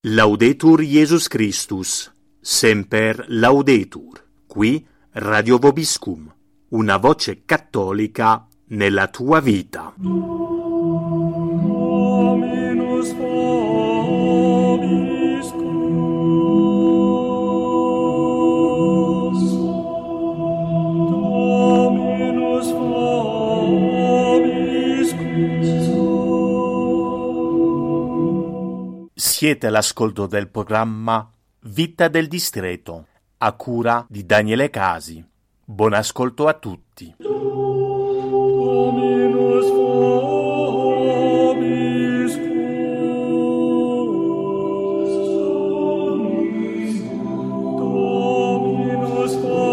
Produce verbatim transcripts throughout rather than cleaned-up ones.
Laudetur Jesus Christus, semper laudetur. Qui Radio Vobiscum, una voce cattolica nella tua vita. Dominus vobiscus. Dominus vobiscus. Siete all'ascolto del programma Vita del Distretto, a cura di Daniele Casi. Buon ascolto a tutti. Dominus vobiscus. Dominus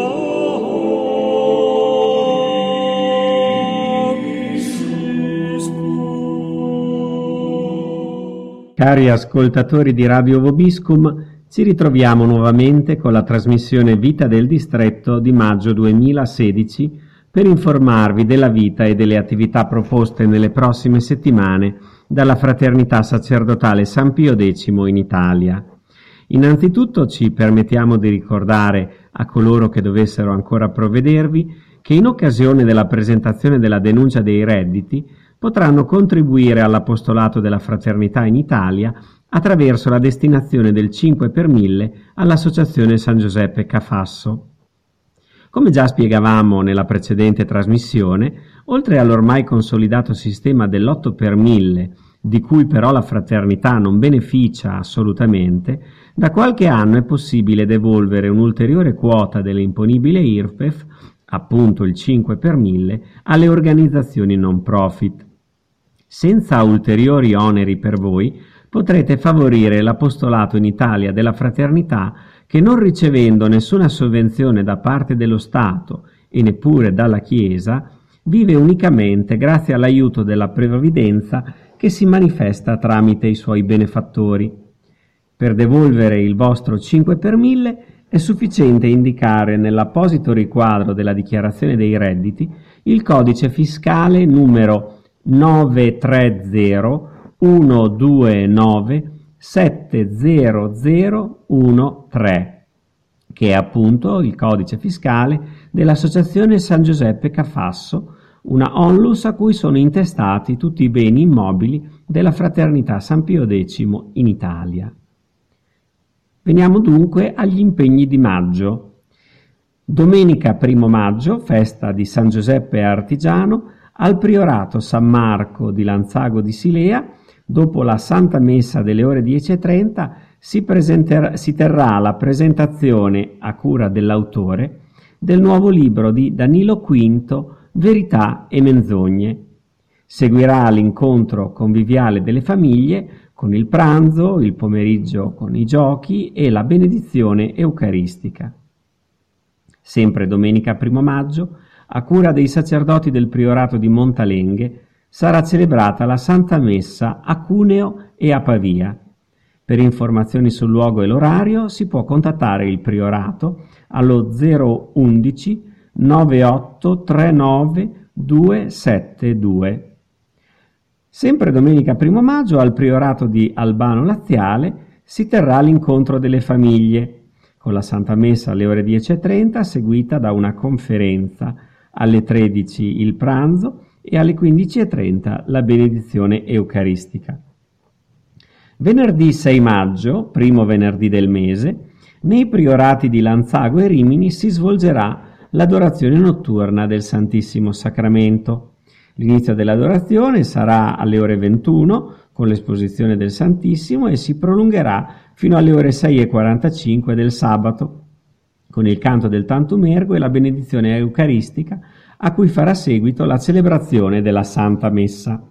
vobiscus. Cari ascoltatori di Radio Vobiscum, ci ritroviamo nuovamente con la trasmissione Vita del Distretto di maggio duemilasedici per informarvi della vita e delle attività proposte nelle prossime settimane dalla Fraternità Sacerdotale San Pio X in Italia. Innanzitutto ci permettiamo di ricordare a coloro che dovessero ancora provvedervi che in occasione della presentazione della denuncia dei redditi potranno contribuire all'apostolato della Fraternità in Italia attraverso la destinazione del cinque per mille all'Associazione San Giuseppe Cafasso. Come già spiegavamo nella precedente trasmissione, oltre all'ormai consolidato sistema dell'otto per mille, di cui però la Fraternità non beneficia assolutamente, da qualche anno è possibile devolvere un'ulteriore quota delle imponibili I R P E F, appunto il cinque per mille, alle organizzazioni non profit. Senza ulteriori oneri per voi, potrete favorire l'apostolato in Italia della Fraternità che, non ricevendo nessuna sovvenzione da parte dello Stato e neppure dalla Chiesa, vive unicamente grazie all'aiuto della previdenza che si manifesta tramite i suoi benefattori. Per devolvere il vostro cinque per mille è sufficiente indicare nell'apposito riquadro della dichiarazione dei redditi il codice fiscale numero nove tre zero uno due nove sette zero zero uno tre, che è appunto il codice fiscale dell'Associazione San Giuseppe Cafasso, una onlus a cui sono intestati tutti i beni immobili della Fraternità San Pio X in Italia. Veniamo dunque agli impegni di maggio. Domenica primo maggio, festa di San Giuseppe Artigiano, al Priorato San Marco di Lanzago di Silea, dopo la Santa Messa delle ore dieci e trenta, si, presenterà, si terrà la presentazione, a cura dell'autore, del nuovo libro di Danilo Quinto, Verità e menzogne. Seguirà l'incontro conviviale delle famiglie, con il pranzo, il pomeriggio con i giochi e la benedizione eucaristica. Sempre domenica primo maggio, a cura dei sacerdoti del Priorato di Montalenghe, sarà celebrata la Santa Messa a Cuneo e a Pavia. Per informazioni sul luogo e l'orario si può contattare il Priorato allo zero undici novantotto trentanove duecentosettantadue. Sempre domenica primo maggio al Priorato di Albano Laziale si terrà l'incontro delle famiglie, con la Santa Messa alle ore dieci e trenta seguita da una conferenza, alle tredici il pranzo e alle quindici e trenta la benedizione eucaristica. Venerdì sei maggio, primo venerdì del mese, nei priorati di Lanzago e Rimini si svolgerà l'adorazione notturna del Santissimo Sacramento. L'inizio dell'adorazione sarà alle ore ventuno con l'esposizione del Santissimo e si prolungherà fino alle ore sei e quarantacinque del sabato con il canto del Tantum Ergo e la benedizione eucaristica, a cui farà seguito la celebrazione della Santa Messa.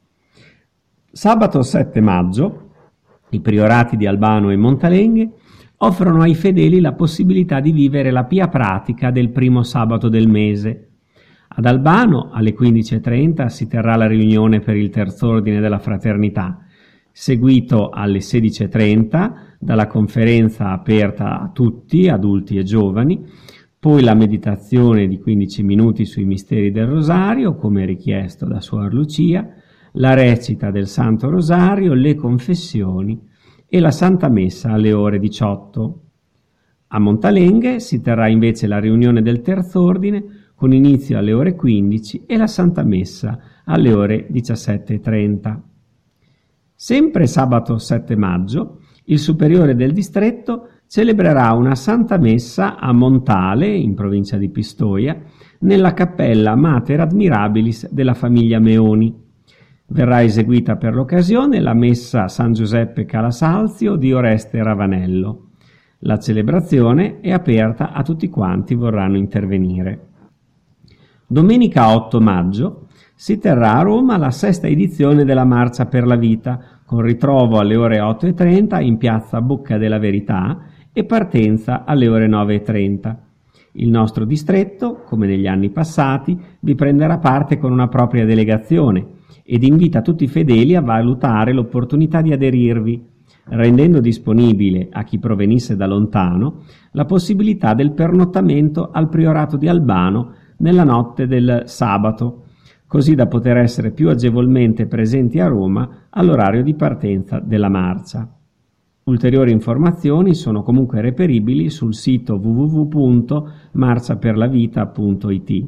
Sabato sette maggio, i priorati di Albano e Montalenghe offrono ai fedeli la possibilità di vivere la pia pratica del primo sabato del mese. Ad Albano, alle quindici e trenta, si terrà la riunione per il terzo ordine della Fraternità, seguito alle sedici e trenta dalla conferenza aperta a tutti, adulti e giovani, poi la meditazione di quindici minuti sui misteri del Rosario, come richiesto da Suor Lucia, la recita del Santo Rosario, le confessioni e la Santa Messa alle ore diciotto. A Montalenghe si terrà invece la riunione del Terz'Ordine con inizio alle ore quindici e la Santa Messa alle ore diciassette e trenta. Sempre sabato sette maggio, il superiore del distretto celebrerà una Santa Messa a Montale, in provincia di Pistoia, nella cappella Mater Admirabilis della famiglia Meoni. Verrà eseguita per l'occasione la Messa San Giuseppe Calasalzio di Oreste Ravanello. La celebrazione è aperta a tutti quanti vorranno intervenire. Domenica otto maggio si terrà a Roma la sesta edizione della Marcia per la Vita, con ritrovo alle ore otto e trenta in piazza Bocca della Verità e partenza alle ore nove e trenta. Il nostro distretto, come negli anni passati, vi prenderà parte con una propria delegazione ed invita tutti i fedeli a valutare l'opportunità di aderirvi, rendendo disponibile a chi provenisse da lontano la possibilità del pernottamento al priorato di Albano nella notte del sabato, così da poter essere più agevolmente presenti a Roma all'orario di partenza della marcia. Ulteriori informazioni sono comunque reperibili sul sito w w w punto marciaperlavita punto i t.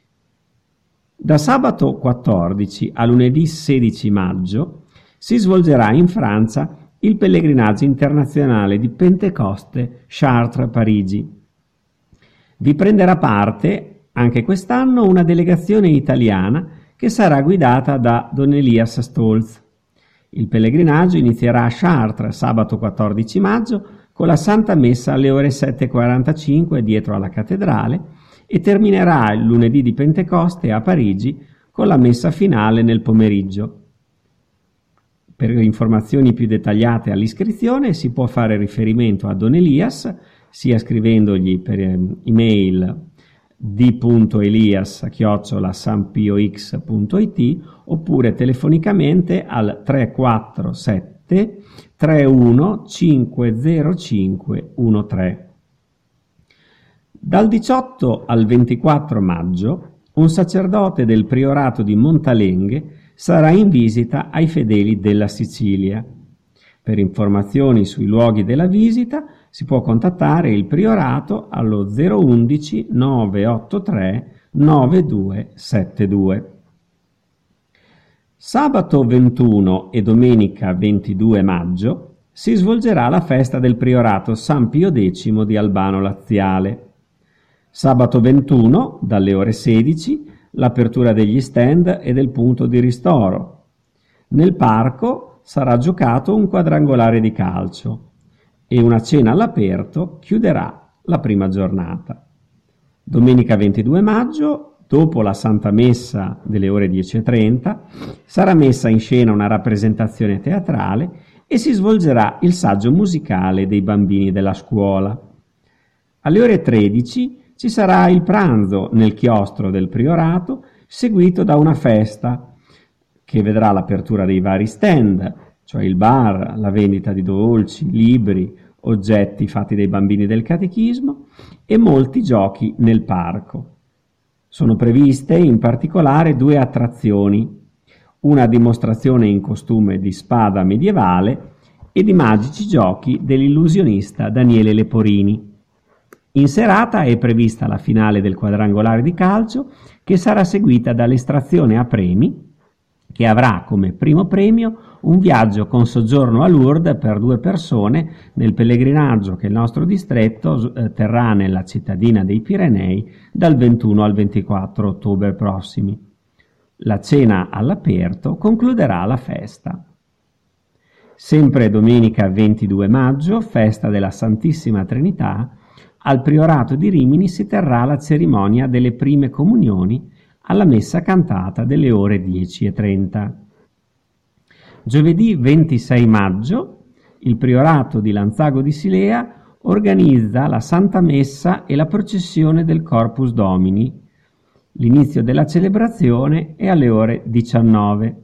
Da sabato quattordici a lunedì sedici maggio si svolgerà in Francia il pellegrinaggio internazionale di Pentecoste Chartres-Parigi. Vi prenderà parte anche quest'anno una delegazione italiana che sarà guidata da Don Elias Stolz. Il pellegrinaggio inizierà a Chartres sabato quattordici maggio con la Santa Messa alle ore sette e quarantacinque dietro alla cattedrale e terminerà il lunedì di Pentecoste a Parigi con la messa finale nel pomeriggio. Per informazioni più dettagliate all'iscrizione si può fare riferimento a Don Elias, sia scrivendogli per email d punto elias chiocciola sanpiox punto i t oppure telefonicamente al tre quattro sette tre uno cinque zero cinque uno tre. Dal diciotto al ventiquattro maggio un sacerdote del priorato di Montalenghe sarà in visita ai fedeli della Sicilia. Per informazioni sui luoghi della visita si può contattare il priorato allo zero undici nove otto tre nove due sette due. Sabato ventuno e domenica ventidue maggio si svolgerà la festa del priorato San Pio X di Albano Laziale. Sabato ventuno, dalle ore sedici, l'apertura degli stand e del punto di ristoro. Nel parco sarà giocato un quadrangolare di calcio e una cena all'aperto chiuderà la prima giornata. Domenica ventidue maggio, dopo la Santa Messa delle ore dieci e trenta, sarà messa in scena una rappresentazione teatrale e si svolgerà il saggio musicale dei bambini della scuola. Alle ore tredici ci sarà il pranzo nel chiostro del priorato, seguito da una festa che vedrà l'apertura dei vari stand, cioè il bar, la vendita di dolci, libri, oggetti fatti dai bambini del catechismo e molti giochi nel parco. Sono previste in particolare due attrazioni, una dimostrazione in costume di spada medievale e di magici giochi dell'illusionista Daniele Leporini. In serata è prevista la finale del quadrangolare di calcio, che sarà seguita dall'estrazione a premi, che avrà come primo premio un viaggio con soggiorno a Lourdes per due persone nel pellegrinaggio che il nostro distretto eh, terrà nella cittadina dei Pirenei dal ventuno al ventiquattro ottobre prossimi. La cena all'aperto concluderà la festa. Sempre domenica ventidue maggio, festa della Santissima Trinità, al Priorato di Rimini si terrà la cerimonia delle prime comunioni alla messa cantata delle ore dieci e trenta. Giovedì ventisei maggio il Priorato di Lanzago di Silea organizza la Santa Messa e la processione del Corpus Domini. L'inizio della celebrazione è alle ore diciannove.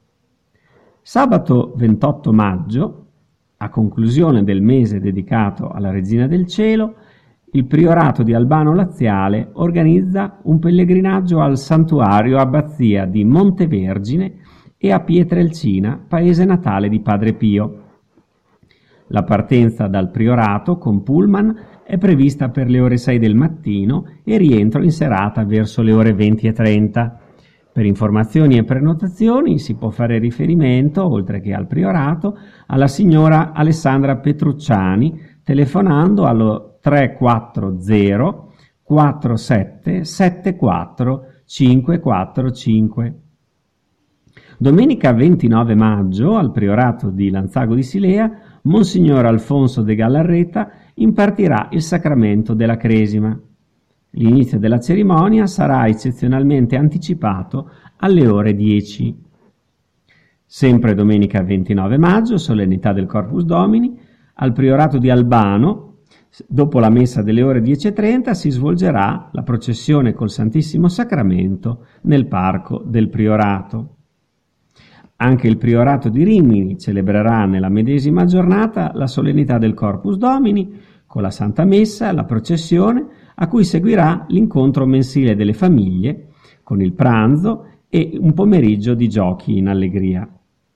Sabato ventotto maggio, a conclusione del mese dedicato alla Regina del Cielo, il Priorato di Albano Laziale organizza un pellegrinaggio al santuario abbazia di Montevergine e a Pietrelcina, paese natale di Padre Pio. La partenza dal Priorato con pullman è prevista per le ore sei del mattino e rientro in serata verso le ore venti e trenta. Per informazioni e prenotazioni si può fare riferimento, oltre che al Priorato, alla signora Alessandra Petrucciani telefonando allo tre quattro zero quattro sette sette quattro cinque quattro cinque. Domenica ventinove maggio al Priorato di Lanzago di Silea Monsignor Alfonso de Gallarreta impartirà il sacramento della Cresima. L'inizio della cerimonia sarà eccezionalmente anticipato alle ore dieci. Sempre domenica ventinove maggio, solennità del Corpus Domini, al Priorato di Albano, dopo la messa delle ore dieci e trenta, si svolgerà la processione col Santissimo Sacramento nel parco del Priorato. Anche il Priorato di Rimini celebrerà nella medesima giornata la solennità del Corpus Domini con la Santa Messa, la processione, a cui seguirà l'incontro mensile delle famiglie con il pranzo e un pomeriggio di giochi in allegria.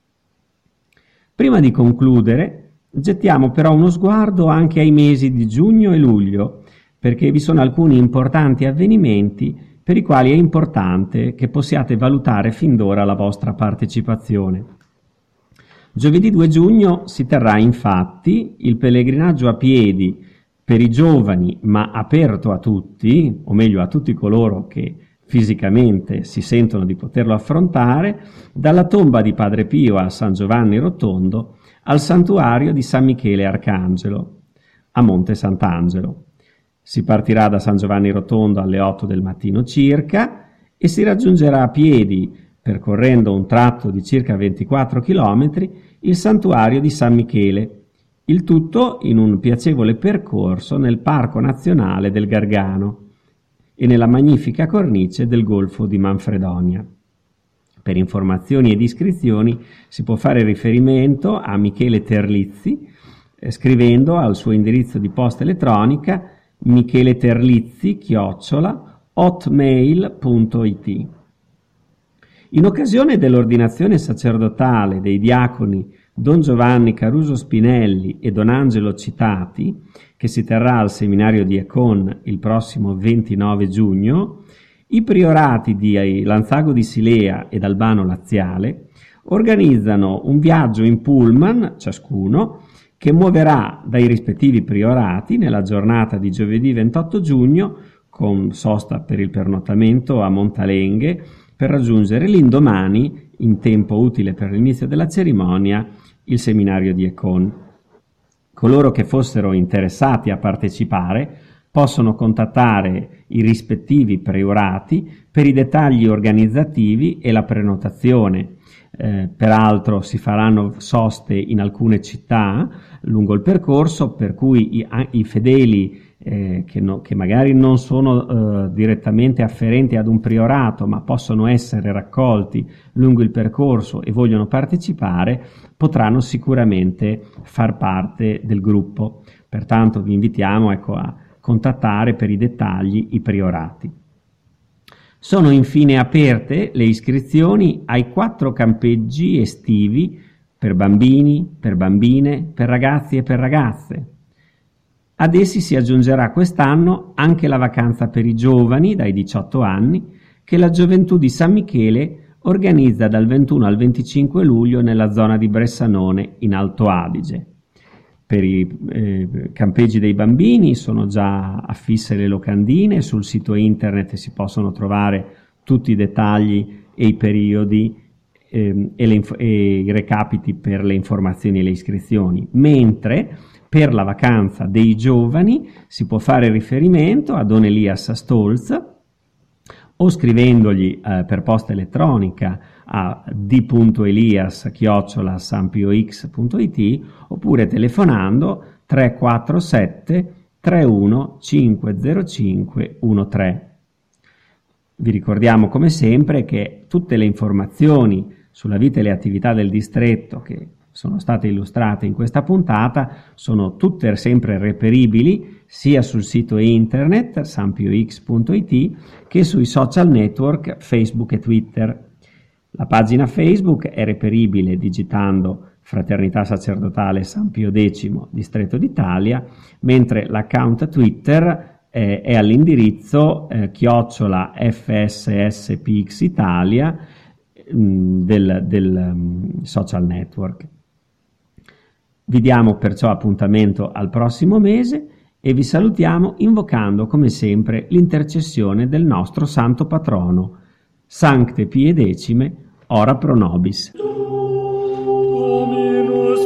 Prima di concludere, gettiamo però uno sguardo anche ai mesi di giugno e luglio, perché vi sono alcuni importanti avvenimenti per i quali è importante che possiate valutare fin d'ora la vostra partecipazione. Giovedì due giugno si terrà infatti il pellegrinaggio a piedi per i giovani, ma aperto a tutti, o meglio a tutti coloro che fisicamente si sentono di poterlo affrontare, dalla tomba di Padre Pio a San Giovanni Rotondo al santuario di San Michele Arcangelo a Monte Sant'Angelo. Si partirà da San Giovanni Rotondo alle otto del mattino circa e si raggiungerà a piedi, percorrendo un tratto di circa ventiquattro chilometri, il santuario di San Michele, il tutto in un piacevole percorso nel Parco Nazionale del Gargano e nella magnifica cornice del Golfo di Manfredonia. Per informazioni ed iscrizioni si può fare riferimento a Michele Terlizzi eh, scrivendo al suo indirizzo di posta elettronica micheleterlizzi chiocciola hotmail punto it. In occasione dell'ordinazione sacerdotale dei diaconi Don Giovanni Caruso Spinelli e Don Angelo Citati, che si terrà al seminario di Econ il prossimo ventinove giugno, i priorati di Lanzago di Silea ed Albano Laziale organizzano un viaggio in pullman, ciascuno, che muoverà dai rispettivi priorati nella giornata di giovedì ventotto giugno, con sosta per il pernottamento a Montalenghe, per raggiungere l'indomani, in tempo utile per l'inizio della cerimonia, il seminario di Econ. Coloro che fossero interessati a partecipare possono contattare i rispettivi priorati per i dettagli organizzativi e la prenotazione. Eh, peraltro si faranno soste in alcune città lungo il percorso, per cui i, i fedeli eh, che, no, che magari non sono eh, direttamente afferenti ad un priorato, ma possono essere raccolti lungo il percorso e vogliono partecipare, potranno sicuramente far parte del gruppo. Pertanto vi invitiamo ecco, a contattare per i dettagli i priorati. Sono infine aperte le iscrizioni ai quattro campeggi estivi per bambini, per bambine, per ragazzi e per ragazze. Ad essi si aggiungerà quest'anno anche la vacanza per i giovani dai diciotto anni che la Gioventù di San Michele organizza dal ventuno al venticinque luglio nella zona di Bressanone in Alto Adige. Per i eh, campeggi dei bambini sono già affisse le locandine, sul sito internet si possono trovare tutti i dettagli e i periodi eh, e, le, e i recapiti per le informazioni e le iscrizioni, mentre per la vacanza dei giovani si può fare riferimento a Don Elias Stolz o scrivendogli eh, per posta elettronica a d punto elias chiocciola sanpiox punto it oppure telefonando tre quattro sette tre uno cinque zero cinque uno tre. Vi ricordiamo come sempre che tutte le informazioni sulla vita e le attività del distretto che sono state illustrate in questa puntata sono tutte sempre reperibili sia sul sito internet sanpiox punto it che sui social network Facebook e Twitter. La pagina Facebook è reperibile digitando Fraternità Sacerdotale San Pio X, Distretto d'Italia, mentre l'account Twitter eh, è all'indirizzo eh, chiocciola F S S P X Italia mh, del, del um, social network. Vi diamo perciò appuntamento al prossimo mese e vi salutiamo invocando come sempre l'intercessione del nostro santo patrono, Sancte Pie Decime, ora pro nobis. Dominus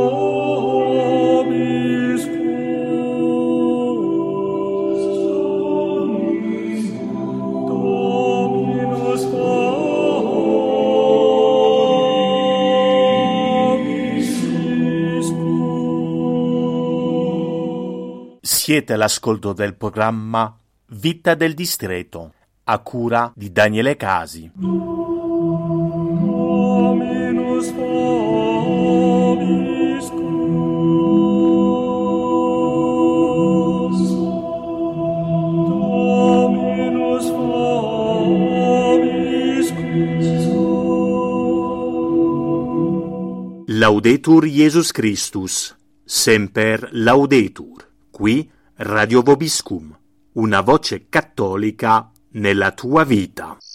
vobiscum. Dominus vobiscum. Siete all'ascolto del programma Vita del Distretto, a cura di Daniele Casi. Dominus vobiscum. Dominus vobiscum. Laudetur Jesus Christus, semper laudetur. Qui Radio Vobiscum, una voce cattolica nella tua vita.